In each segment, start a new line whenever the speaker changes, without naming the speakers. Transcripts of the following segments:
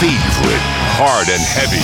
favorite hard and heavy.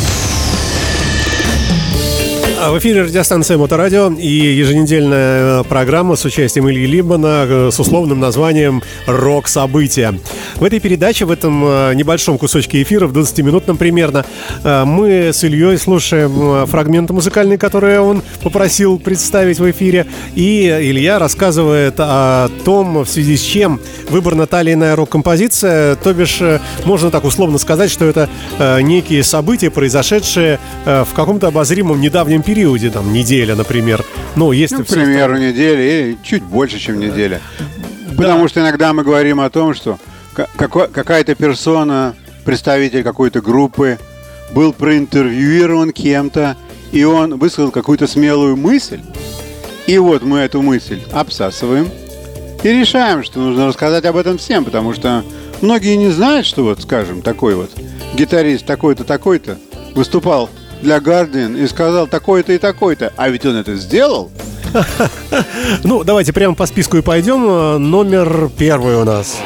В эфире радиостанция Моторадио и еженедельная программа с участием Ильи Либмана с условным названием «Рок-события». В этой передаче, в этом небольшом кусочке эфира, в 20-минутном примерно, мы с Ильей слушаем фрагменты музыкальные, которые он попросил представить в эфире. И Илья рассказывает о том, в связи с чем выбрана та или иная рок-композиция. То бишь, можно так условно сказать, что это некие события, произошедшие в каком-то обозримом недавнем периоде, там, неделя, например. Ну, если
к примеру, неделя или чуть больше, чем неделя. Потому что иногда мы говорим о том, что какая-то персона, представитель какой-то группы, был проинтервьюирован кем-то, и он высказал какую-то смелую мысль. И вот мы эту мысль обсасываем и решаем, что нужно рассказать об этом всем, потому что многие не знают, что вот, скажем, такой вот гитарист такой-то, такой-то выступал для Guardian и сказал такой-то и такой-то. А ведь он это сделал.
Ну, давайте прямо по списку и пойдем. Номер первый у нас.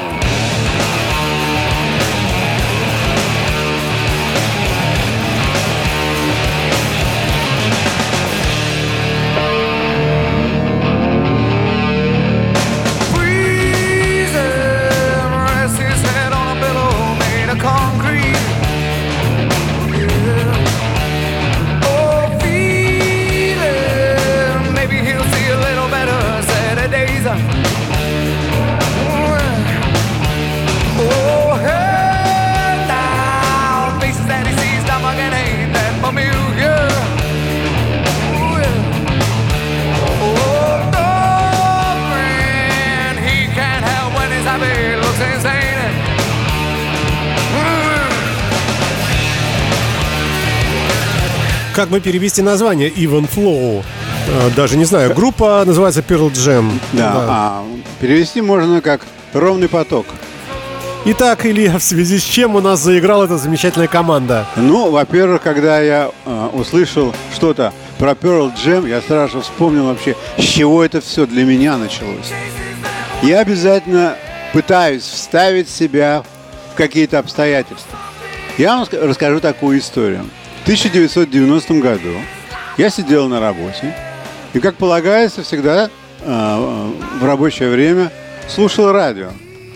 Как бы перевести название Even Flow? Даже не знаю. Группа называется Pearl Jam.
Да. Перевести можно как «ровный поток».
Итак, Илья, в связи с чем у нас заиграла эта замечательная команда?
Ну, во-первых, когда я услышал что-то про Pearl Jam, я сразу вспомнил вообще, с чего это все для меня началось. Я обязательно пытаюсь вставить себя в какие-то обстоятельства. Я вам расскажу такую историю. В 1990 году я сидел на работе и, как полагается, всегда в рабочее время слушал радио.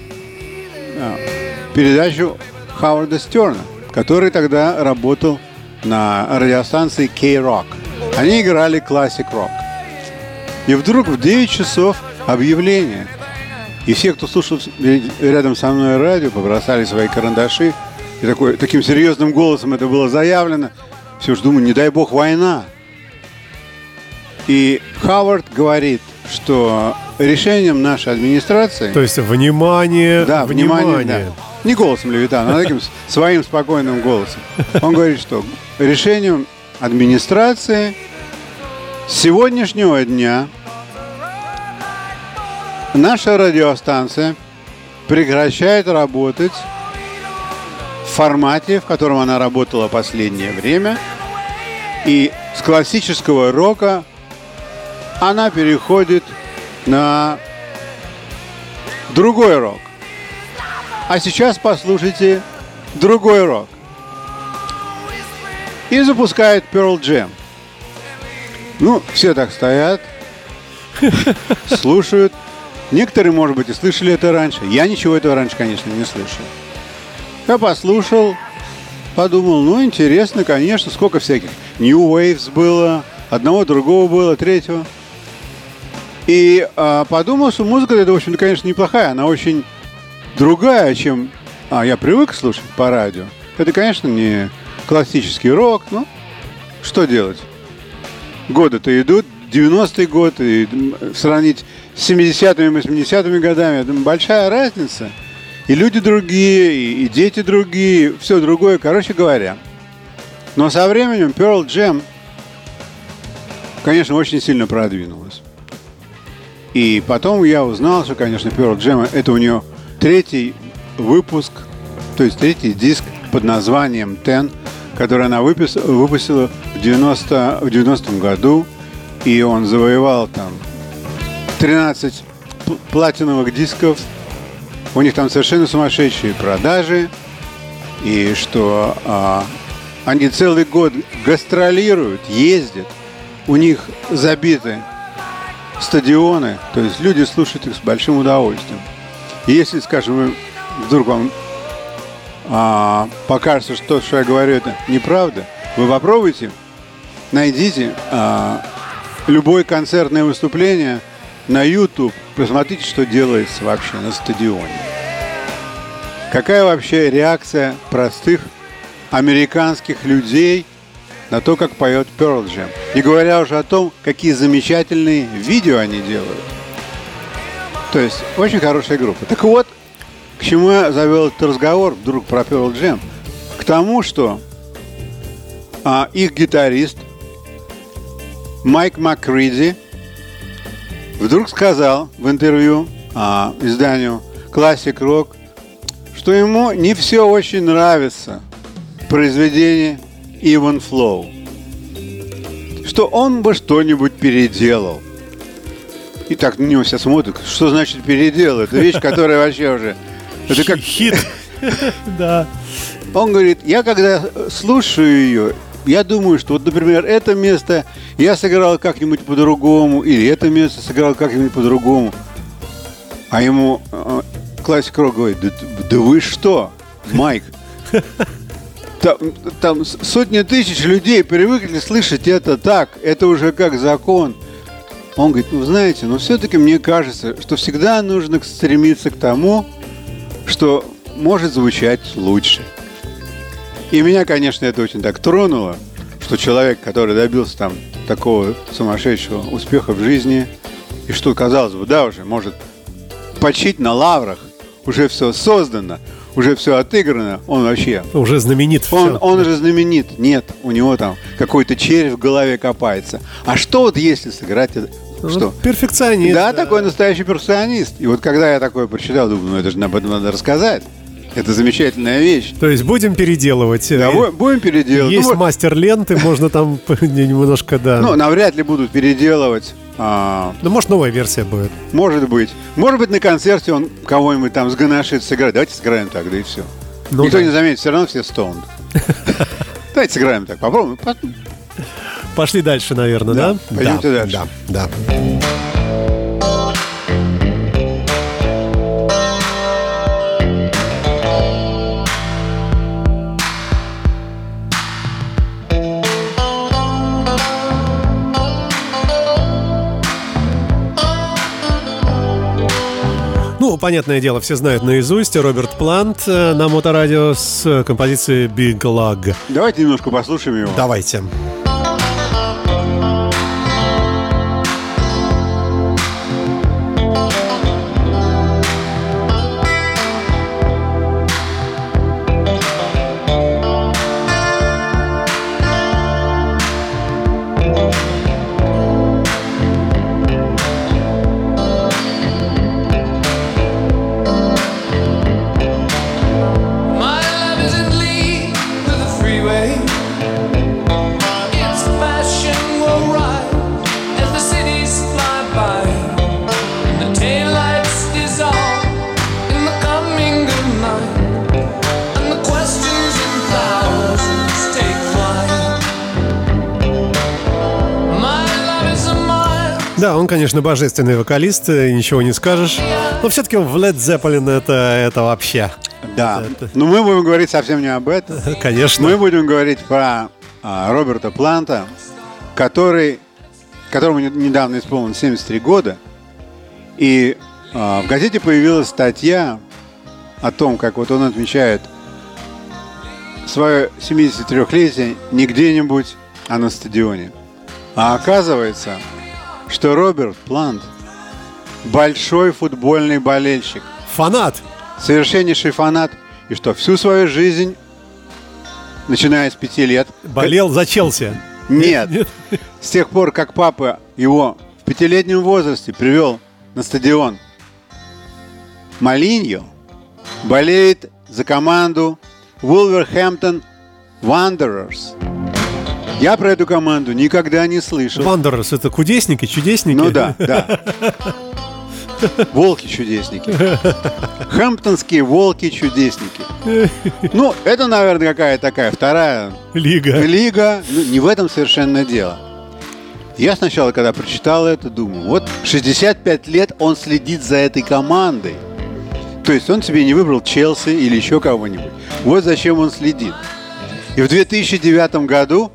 Передачу Ховарда Стерна, который тогда работал на радиостанции K-Rock. Они играли классик рок. И вдруг в 9 часов объявление. И все, кто слушал рядом со мной радио, побросали свои карандаши. И таким серьезным голосом это было заявлено. Все же думаю, не дай бог война. И Ховард говорит, что решением нашей администрации...
То есть, внимание,
да, внимание. Да. Не голосом Левитана, а таким своим спокойным голосом. Он говорит, что решением администрации с сегодняшнего дня наша радиостанция прекращает работать в формате, в котором она работала последнее время. И с классического рока она переходит на другой рок. А сейчас послушайте другой рок. И запускает Pearl Jam. Ну, все так стоят, слушают. Некоторые, может быть, и слышали это раньше. Я ничего этого раньше, конечно, не слышал. Я послушал, подумал, ну, интересно, конечно, сколько всяких New Waves было, одного, другого было, третьего. И подумал, что музыка это, в общем-то, конечно, неплохая. Она очень другая, чем я привык слушать по радио. Это, конечно, не классический рок, но что делать? Годы-то идут, 90-й год, и сравнить с 70-ми, 80-ми годами, я думаю, большая разница. И люди другие, и дети другие, все другое, короче говоря. Но со временем Pearl Jam, конечно, очень сильно продвинулась. И потом я узнал, что, конечно, Pearl Jam, это у нее третий выпуск, то есть третий диск под названием Ten, который она выпустила в 90-м году. И он завоевал там 13 платиновых дисков. У них там совершенно сумасшедшие продажи. и что они целый год гастролируют, ездят, у них забиты стадионы, то есть люди слушают их с большим удовольствием. И если, скажем, вдруг вам покажется, что я говорю, это неправда, вы попробуйте, найдите любое концертное выступление на YouTube, посмотрите, что делается вообще на стадионе. Какая вообще реакция простых американских людей на то, как поет Pearl Jam. Не говоря уже о том, какие замечательные видео они делают. То есть, очень хорошая группа. Так вот, к чему я завел этот разговор вдруг про Pearl Jam? К тому, что их гитарист Майк Маккриди вдруг сказал в интервью изданию Classic Rock, что ему не все очень нравится в произведении Even Flow, что он бы что-нибудь переделал. И так на него все смотрят, что значит переделал? Это вещь, которая вообще уже... Это как
хит. Да.
Он говорит, я когда слушаю ее, я думаю, что вот, например, это место я сыграл как-нибудь по-другому, или это место сыграл как-нибудь по-другому. А ему Classic Rock говорит, да вы что, Майк? Там сотни тысяч людей привыкли слышать это так, это уже как закон. Он говорит, ну знаете, но все-таки мне кажется, что всегда нужно стремиться к тому, что может звучать лучше. И меня, конечно, это очень так тронуло, что человек, который добился там такого сумасшедшего успеха в жизни, и что, казалось бы, да, уже может почить на лаврах, уже все создано, уже все отыграно, он вообще...
Уже знаменит.
Он уже знаменит. Нет, у него там какой-то червь в голове копается. А что вот если сыграть это? Что?
Перфекционист.
Да, такой настоящий перфекционист. И вот когда я такое прочитал, думаю, ну это же об этом надо рассказать. Это замечательная вещь.
То есть будем переделывать.
Да, будем переделывать.
Есть мастер ленты, можно там немножко, да.
Ну, навряд ли будут переделывать.
Ну, может, новая версия будет.
Может быть. Может быть, на концерте он кого-нибудь там сгоношит сыграть. Давайте сыграем так, да и все.
Ну,
никто
да.
не заметит, все равно все стоунд. Давайте сыграем так, попробуем.
Пошли дальше, наверное, да?
Пойдемте дальше.
Да. Ну, понятное дело, все знают наизусть. Роберт Плант на Моторадио с композицией Big Lug.
Давайте немножко послушаем его.
Давайте. Да, он, конечно, божественный вокалист, ничего не скажешь. Но все-таки в Led Zeppelin это вообще.
Да, но мы будем говорить совсем не об этом.
Конечно.
Мы будем говорить про Роберта Планта, которому недавно исполнилось 73 года. И в газете появилась статья о том, как вот он отмечает свое 73-летие не где-нибудь, а на стадионе. А оказывается, что Роберт Плант большой футбольный болельщик.
Фанат.
Совершеннейший фанат. И что всю свою жизнь, начиная с 5 лет...
Болел за Челси.
Нет. С тех пор, как папа его в 5-летнем возрасте привел на стадион Молиньо, болеет за команду Wolverhampton Wanderers. Я про эту команду никогда не слышал.
Wanderers — это кудесники, чудесники?
Ну да. Волки-чудесники. Хэмптонские волки-чудесники. Ну, это, наверное, какая-то такая вторая лига. Ну, не в этом совершенно дело. Я сначала, когда прочитал это, думаю, вот 65 лет он следит за этой командой. То есть он себе не выбрал Челси или еще кого-нибудь. Вот зачем он следит. И в 2009 году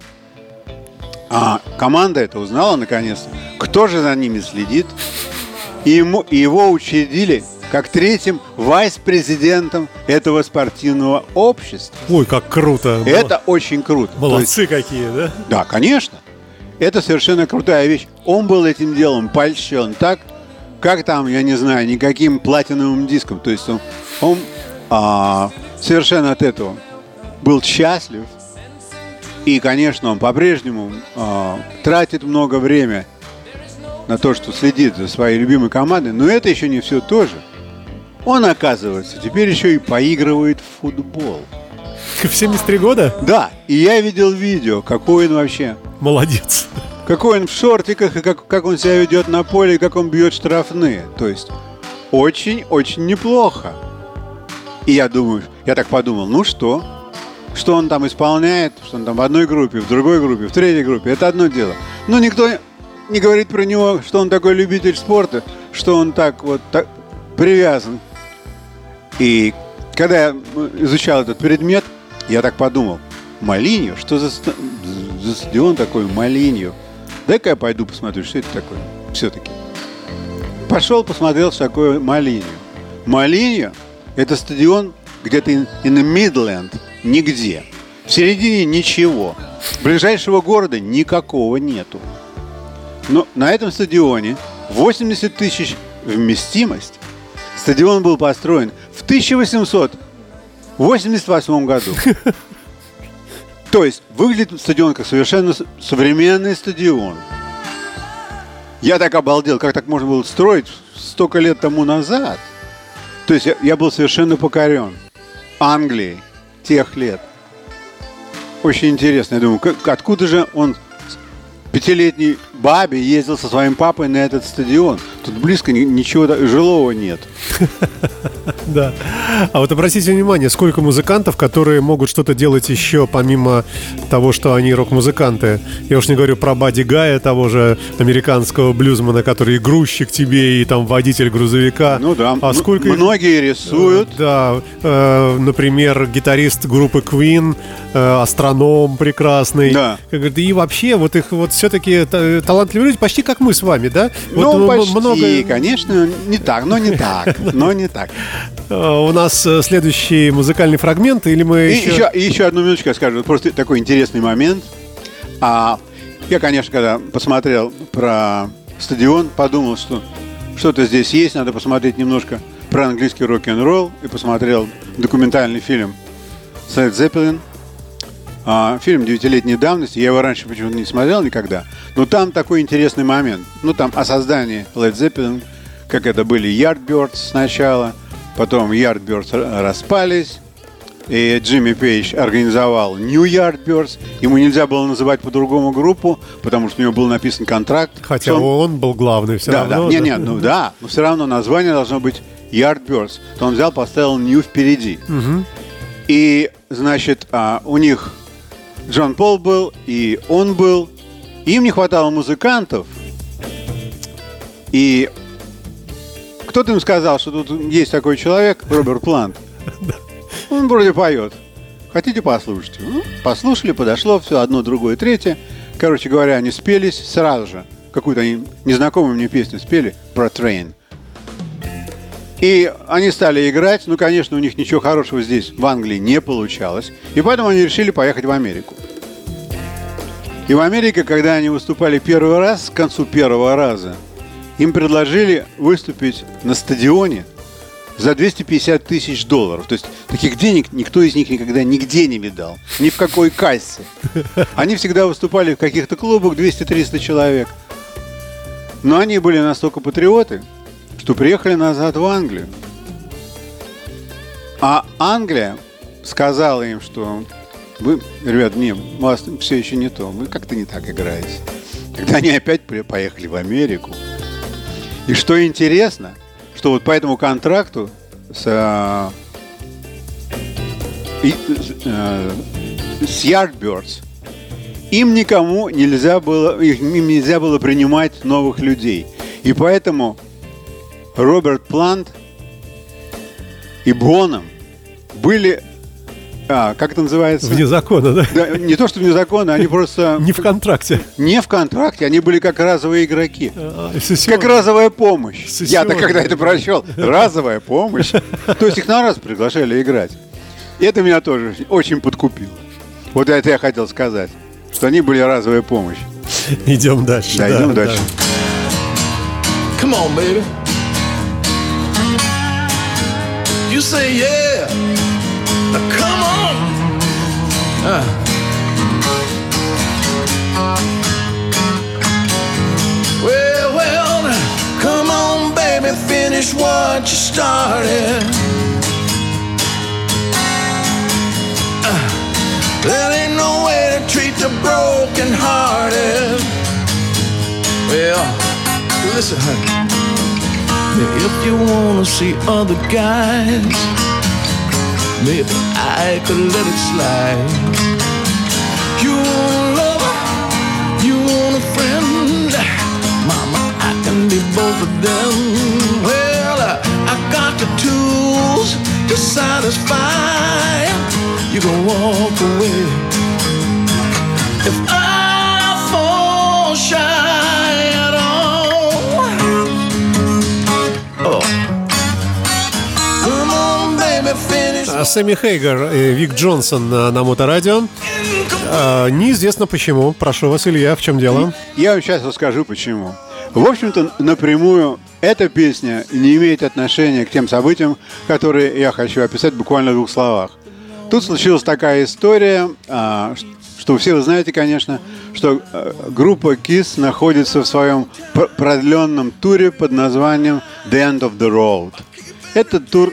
команда это узнала наконец-то, кто же за ними следит. И его учредили как третьим вайс-президентом этого спортивного общества.
Ой, как круто.
Это очень круто.
Молодцы какие, да?
Да, конечно. Это совершенно крутая вещь. Он был этим делом польщен так, как там, я не знаю, никаким платиновым диском. То есть он совершенно от этого был счастлив. И, конечно, он по-прежнему тратит много времени на то, что следит за своей любимой командой. Но это еще не все тоже. Он, оказывается, теперь еще и поигрывает в футбол.
В 73 года?
Да, и я видел видео, какой он вообще.
Молодец.
Какой он в шортиках, и как он себя ведет на поле, и как он бьет штрафные. То есть очень-очень неплохо. И я так подумал, ну что? Что он там исполняет, что он там в одной группе, в другой группе, в третьей группе, это одно дело. Но никто не говорит про него, что он такой любитель спорта, что он так привязан. И когда я изучал этот предмет, я так подумал, Молиньо? Что за стадион такой Молиньо? Дай-ка я пойду посмотрю, что это такое все-таки. Пошел, посмотрел, что такое Молиньо. Молиньо – это стадион где-то in the Midland, нигде. В середине ничего. Ближайшего города никакого нету. Но на этом стадионе 80 тысяч вместимость. Стадион был построен в 1888 году. То есть выглядит стадион как совершенно современный стадион. Я так обалдел, как так можно было строить столько лет тому назад. То есть я был совершенно покорен Англией тех лет. Очень интересно. Я думаю, откуда же он, пятилетний бабе, ездил со своим папой на этот стадион? Тут близко ничего жилого нет.
Да. А вот обратите внимание, сколько музыкантов, которые могут что-то делать еще, помимо того, что они рок-музыканты. Я уж не говорю про Бадди Гая, того же американского блюзмена, который и грузчик тебе, и там водитель грузовика.
Ну да,
а сколько...
многие рисуют.
Да, например, гитарист группы Queen, астроном прекрасный.
Да.
И вообще, вот их вот все-таки талантливые люди, почти как мы с вами, да?
Ну,
вот
почти,
много...
конечно, не так, но не так, но не так.
У нас следующий музыкальный фрагмент, или мы
еще одну минуточку я скажу. Просто такой интересный момент. Я, конечно, когда посмотрел про стадион, подумал, что что-то здесь есть, надо посмотреть немножко про английский рок-н-ролл. И посмотрел документальный фильм Led Zeppelin. Фильм 9-летней давности. Я его раньше почему-то не смотрел никогда. Но там такой интересный момент. Ну, там о создании Led Zeppelin, как это были Yardbirds сначала, потом Yardbirds распались, и Джимми Пейдж организовал New Yardbirds. Ему нельзя было называть по-другому группу, потому что у него был написан контракт.
Хотя он был главный все равно.
Да. Но все равно название должно быть Yardbirds. То он взял, поставил New впереди.
Угу.
И, значит, у них Джон Пол был, и он был. Им не хватало музыкантов. И кто-то им сказал, что тут есть такой человек, Роберт Плант. Он вроде поет. Хотите послушать? Послушали, подошло, все, одно, другое, третье. Короче говоря, они спелись сразу же. Какую-то они незнакомую мне песню спели про Train. И они стали играть. Ну, конечно, у них ничего хорошего здесь, в Англии, не получалось. И поэтому они решили поехать в Америку. И в Америке, когда они выступали первый раз, к концу первого раза, им предложили выступить на стадионе за $250 тысяч. То есть таких денег никто из них никогда нигде не видал. Ни в какой кассе. Они всегда выступали в каких-то клубах 200-300 человек. Но они были настолько патриоты, что приехали назад в Англию. А Англия сказала им, что вы, ребят, у вас все еще не то. Вы как-то не так играете. Тогда они опять поехали в Америку. И что интересно, что вот по этому контракту с Yardbirds им нельзя было принимать новых людей. И поэтому Роберт Плант и Бонхам были, как это называется?
Вне закона, да?
Да, не то, что вне закона, они просто...
Не в контракте.
Не в контракте, они были как разовые игроки.
Сессион.
Как разовая помощь.
Сессион.
Я-то когда это прочел, разовая помощь. То есть их на раз приглашали играть. И это меня тоже очень подкупило. Вот это я хотел сказать, что они были разовая помощь.
Идем дальше.
Да, идем дальше.
Come on, baby. You say yeah. Now come on. Well, now, come on, baby, finish what you started. There ain't no way to treat the broken-hearted. Well, listen, honey. If you wanna see other guys, maybe I could let it slide. You want a lover, you want a friend, mama, I can be both of them. Well, I got the tools to satisfy. You can walk away if I fall shy at all. Oh. Come on, baby, finish.
Сэмми Хейгер и Вик Джонсон на Моторадио. Неизвестно почему. Прошу вас, Илья, в чем дело?
Я вам сейчас расскажу, почему. В общем-то, напрямую эта песня не имеет отношения к тем событиям, которые я хочу описать буквально в 2 словах. Тут случилась такая история, что все вы знаете, конечно, что группа KISS находится в своем продленном туре под названием The End of the Road. Этот тур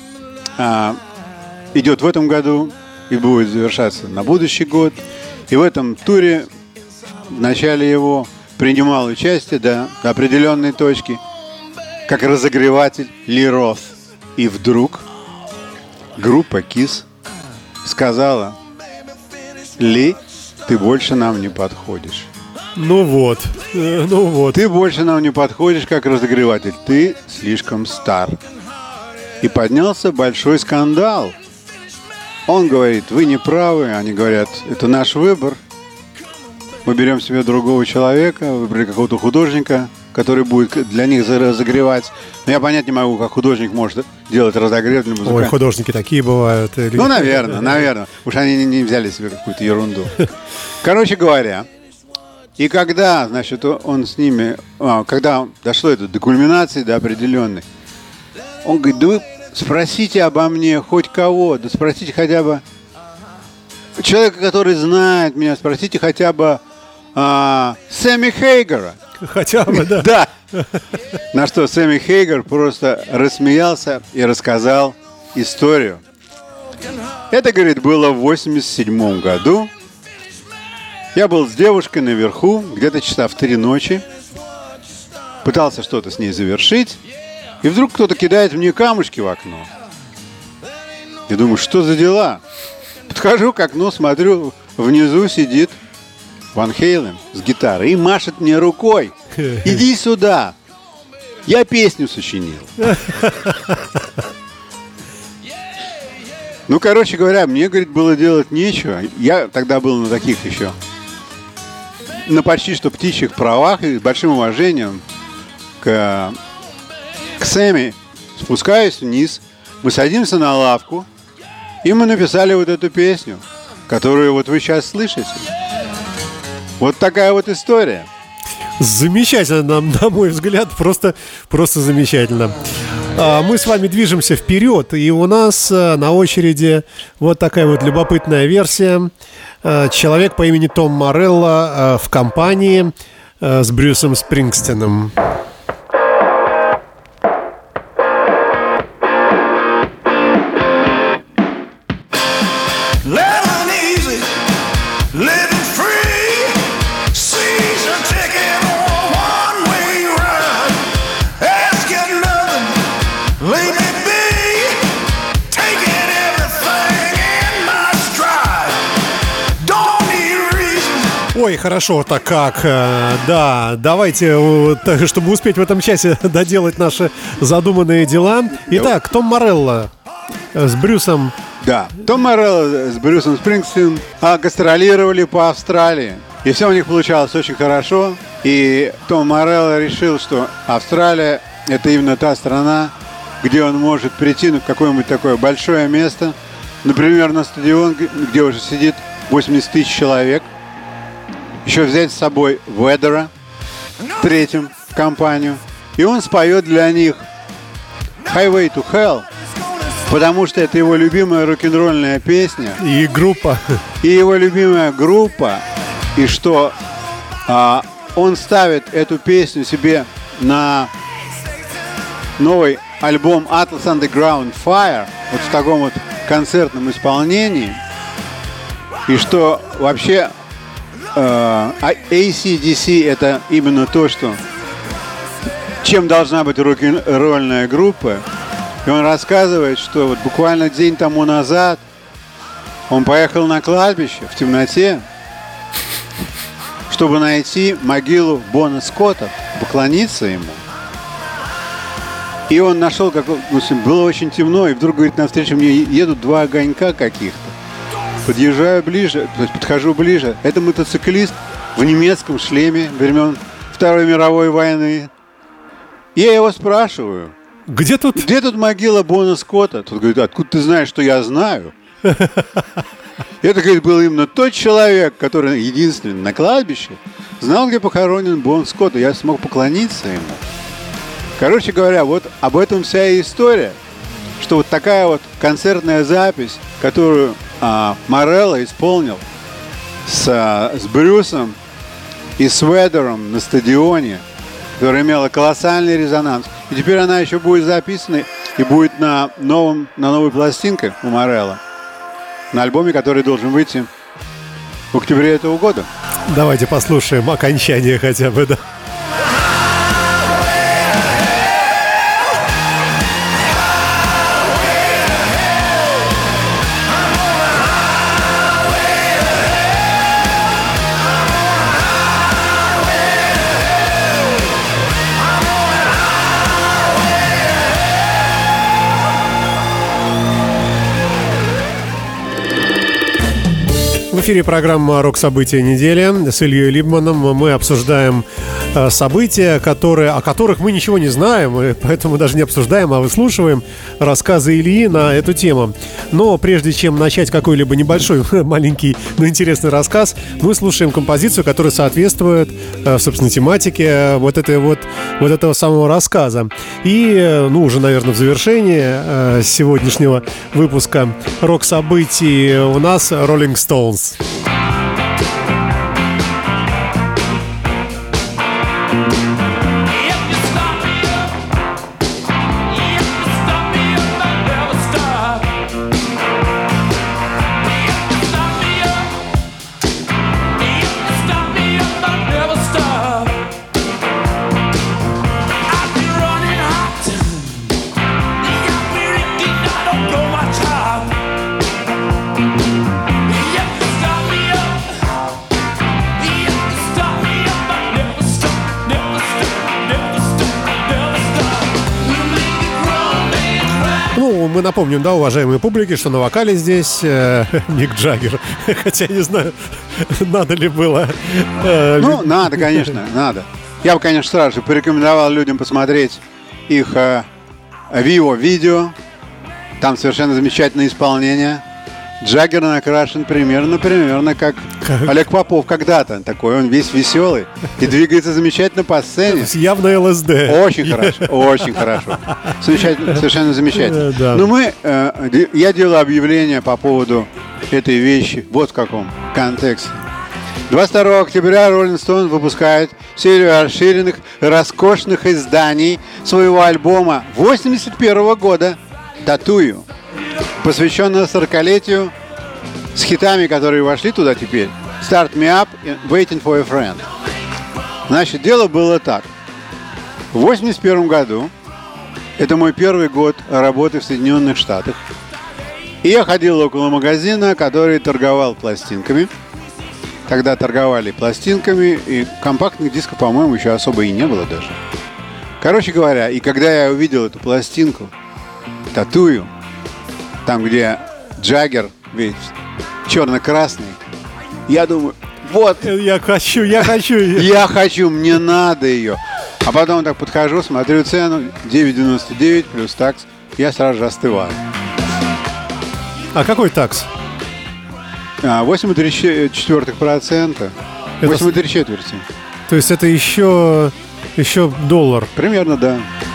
идет в этом году и будет завершаться на будущий год. И в этом туре в начале его принимал участие до определенной точки как разогреватель Ли Рот. И вдруг группа KISS сказала: Ли, ты больше нам не подходишь.
Ну вот.
Ты больше нам не подходишь как разогреватель. Ты слишком стар. И поднялся большой скандал. Он говорит: вы не правы. Они говорят: это наш выбор. Мы берем себе другого человека, выбрали какого-то художника, который будет для них разогревать. Но я понять не могу, как художник может делать разогрев для музыкантов.
Ой, художники такие бывают.
Ну, наверное. Уж они не взяли себе какую-то ерунду. Короче говоря, и когда, значит, он с ними, когда дошло это до кульминации, до определенной, он говорит: да вы спросите обо мне хоть кого, да спросите хотя бы человека, который знает меня, спросите хотя бы Сэмми Хейгера.
Хотя бы, да.
Да. На что Сэмми Хейгер просто рассмеялся и рассказал историю. Это, говорит, было в 87 году. Я был с девушкой наверху, где-то часа в 3 ночи. Пытался что-то с ней завершить. И вдруг кто-то кидает мне камушки в окно. Я думаю, что за дела? Подхожу к окну, смотрю, внизу сидит Ван Хейлен с гитарой и машет мне рукой. Иди сюда. Я песню сочинил. Ну, короче говоря, мне, говорит, было делать нечего. Я тогда был на таких еще, на почти что птичьих правах и с большим уважением к Сэмми. Спускаюсь вниз, мы садимся на лавку, и мы написали вот эту песню, которую вот вы сейчас слышите. Вот такая вот история.
Замечательно, на мой взгляд, просто замечательно. Мы с вами движемся вперед, и у нас на очереди вот такая вот любопытная версия. Человек по имени Том Морелло в компании с Брюсом Спрингстином.
Season ticket on one-way ride.
Ой, хорошо-то как. Да, давайте, чтобы успеть в этом часе доделать наши задуманные дела. Итак, Том Морелло с Брюсом.
Да, Том Морелло с Брюсом Спрингстином гастролировали по Австралии. И все у них получалось очень хорошо. И Том Морелло решил, что Австралия – это именно та страна, где он может прийти на какое-нибудь такое большое место. Например, на стадион, где уже сидит 80 тысяч человек. Еще взять с собой Ведера, третьим в компанию. И он споет для них Highway to Hell, потому что это его любимая рок-н-ролльная песня.
И группа.
И его любимая группа. И что он ставит эту песню себе на новый альбом Atlas Underground Fire, вот в таком вот концертном исполнении. И что вообще AC/DC это именно то, что чем должна быть рок-н-ролльная группа. И он рассказывает, что вот буквально день тому назад он поехал на кладбище в темноте, чтобы найти могилу Бона Скотта, поклониться ему. И он нашел, было очень темно, и вдруг, говорит, навстречу мне едут два огонька каких-то. Подъезжаю ближе, то есть подхожу ближе. Это мотоциклист в немецком шлеме времен Второй мировой войны. Я его спрашиваю.
Где тут
могила Бона Скотта? Тут говорит, откуда ты знаешь, что я знаю? Это, говорит, был именно тот человек, который единственный на кладбище знал, где похоронен Бон Скотт, и я смог поклониться ему. Короче говоря, вот об этом вся и история, что вот такая вот концертная запись, которую Морелло исполнил с Брюсом и с Ведером на стадионе, которая имела колоссальный резонанс. И теперь она еще будет записана и будет на новой пластинке у Морелло, на альбоме, который должен выйти в октябре этого года.
Давайте послушаем окончание хотя бы, да. В эфире программа «Рок-события недели» с Ильей Либманом. Мы обсуждаем события, о которых мы ничего не знаем, и поэтому даже не обсуждаем, а выслушиваем рассказы Ильи на эту тему. Но прежде чем начать какой-либо небольшой, маленький, но интересный рассказ, мы слушаем композицию, которая соответствует, собственно, тематике вот этого самого рассказа. И, уже, наверное, в завершении сегодняшнего выпуска «Рок-событий» у нас Rolling Stones. Мы напомним, да, уважаемые публики, что на вокале здесь Мик Джаггер. Хотя не знаю, надо ли было.
Надо, конечно, надо. Я бы, конечно, сразу же порекомендовал людям посмотреть их Vivo видео. Там совершенно замечательное исполнение. Джаггер накрашен примерно как Олег Попов когда-то. Такой он весь веселый и двигается замечательно по сцене.
Явно ЛСД.
Очень хорошо, очень хорошо. Совершенно замечательно.
Да.
Я делаю объявление по поводу этой вещи. Вот в каком контексте. 22 октября Rolling Stone выпускает серию расширенных, роскошных изданий своего альбома 1981 года «Tattoo», посвященного 40-летию, с хитами, которые вошли туда теперь. «Start Me Up» и «Waiting for a Friend». Значит, дело было так. В 1981 году, это мой первый год работы в Соединенных Штатах, и я ходил около магазина, который торговал пластинками. тогда торговали пластинками, и компактных дисков, по-моему, еще особо и не было даже. Короче говоря, и когда я увидел эту пластинку, Татую, там, где Джаггер весь черно-красный, я думаю, вот,
Я хочу.
я хочу, мне надо ее. А потом так подхожу, смотрю цену, 9,99 плюс такс, я сразу же остываю.
А какой такс?
8,3%.
Это
8,3.
То есть это еще доллар.
Примерно, да.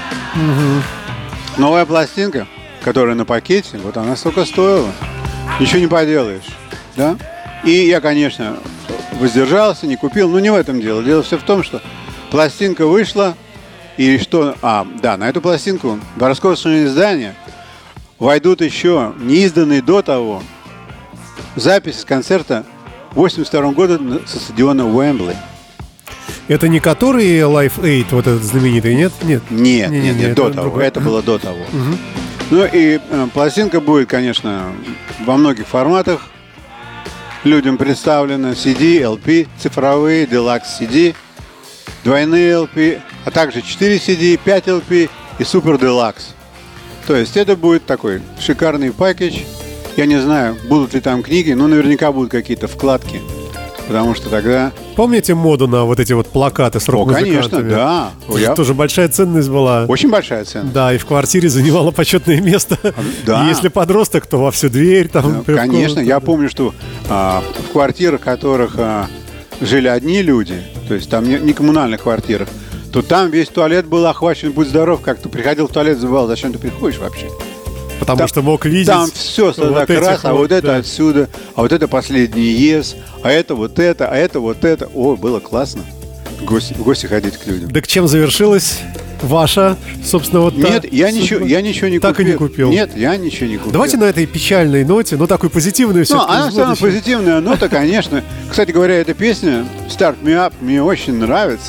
Новая пластинка, которая на пакете, вот она столько стоила. Ничего не поделаешь, да? И я, конечно, воздержался, не купил. Но не в этом дело. Дело все в том, что пластинка вышла, и что... на эту пластинку в роскошное издание войдут еще неизданные до того записи с концерта 1982 года со стадиона Уэмбли.
Это не который Live Aid, вот этот знаменитый, нет?
Нет, до того. Это было до того. Ну и пластинка будет, конечно, во многих форматах людям представлена. CD, LP, цифровые, Deluxe CD, двойные LP, а также 4 CD, 5 LP и Super Deluxe. То есть это будет такой шикарный пакетч. Я не знаю, будут ли там книги, но наверняка будут какие-то вкладки. Потому что тогда...
Помните моду на вот эти вот плакаты с рок-музыкантами?
Конечно, да.
Это тоже большая ценность была.
Очень большая ценность.
Да, и в квартире занимала почетное место.
Да.
И если подросток, то во всю дверь. Там,
конечно, я помню, что в квартирах, в которых жили одни люди, то есть там не коммунальных квартирах, то там весь туалет был охвачен, будь здоров, как ты приходил в туалет, забывал, зачем ты приходишь вообще.
Потому
там,
что мог видеть.
Там все вот раз, а вот это
да.
отсюда, а вот это последний ес, а это вот это, а это вот это. О, было классно. В гости ходить к людям.
Так чем завершилась ваша, собственно, вот
Нет, я ничего не
так
купил.
И не купил.
Нет, я ничего не купил.
Давайте на этой печальной ноте, но такой позитивной все-таки.
Она все равно позитивная нота, конечно. Кстати говоря, эта песня Start Me Up мне очень нравится.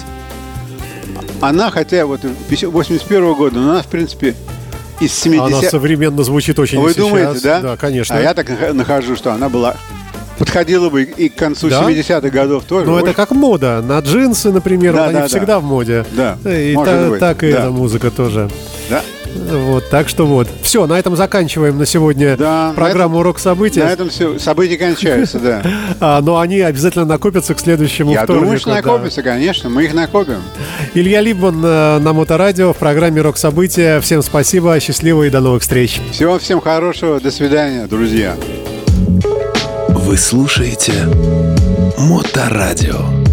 Она, хотя вот 81 года, но она, в принципе, из 70-х.
Она современно звучит очень
Вы
сейчас.
думаете, да?
Да, конечно.
А я так нахожу, что она была... Подходила бы и к концу
Да?
70-х годов тоже.
Ну, это как мода. На джинсы, например,
Да,
они
да,
всегда
да.
в моде.
Да,
И
может быть.
так и
Да.
эта музыка тоже.
Да.
Вот, так что вот. Все, на этом заканчиваем на сегодня
Да,
программу «Урок-события».
На этом все. События кончаются, да.
Но они обязательно накопятся к следующему
Я
вторнику.
думаю, что
да.
накопится, конечно. Мы их накопим.
Илья Либман на Моторадио в программе «Рок-события». Всем спасибо, счастливо и до новых встреч.
Всего всем хорошего. До свидания, друзья.
Вы слушаете Моторадио.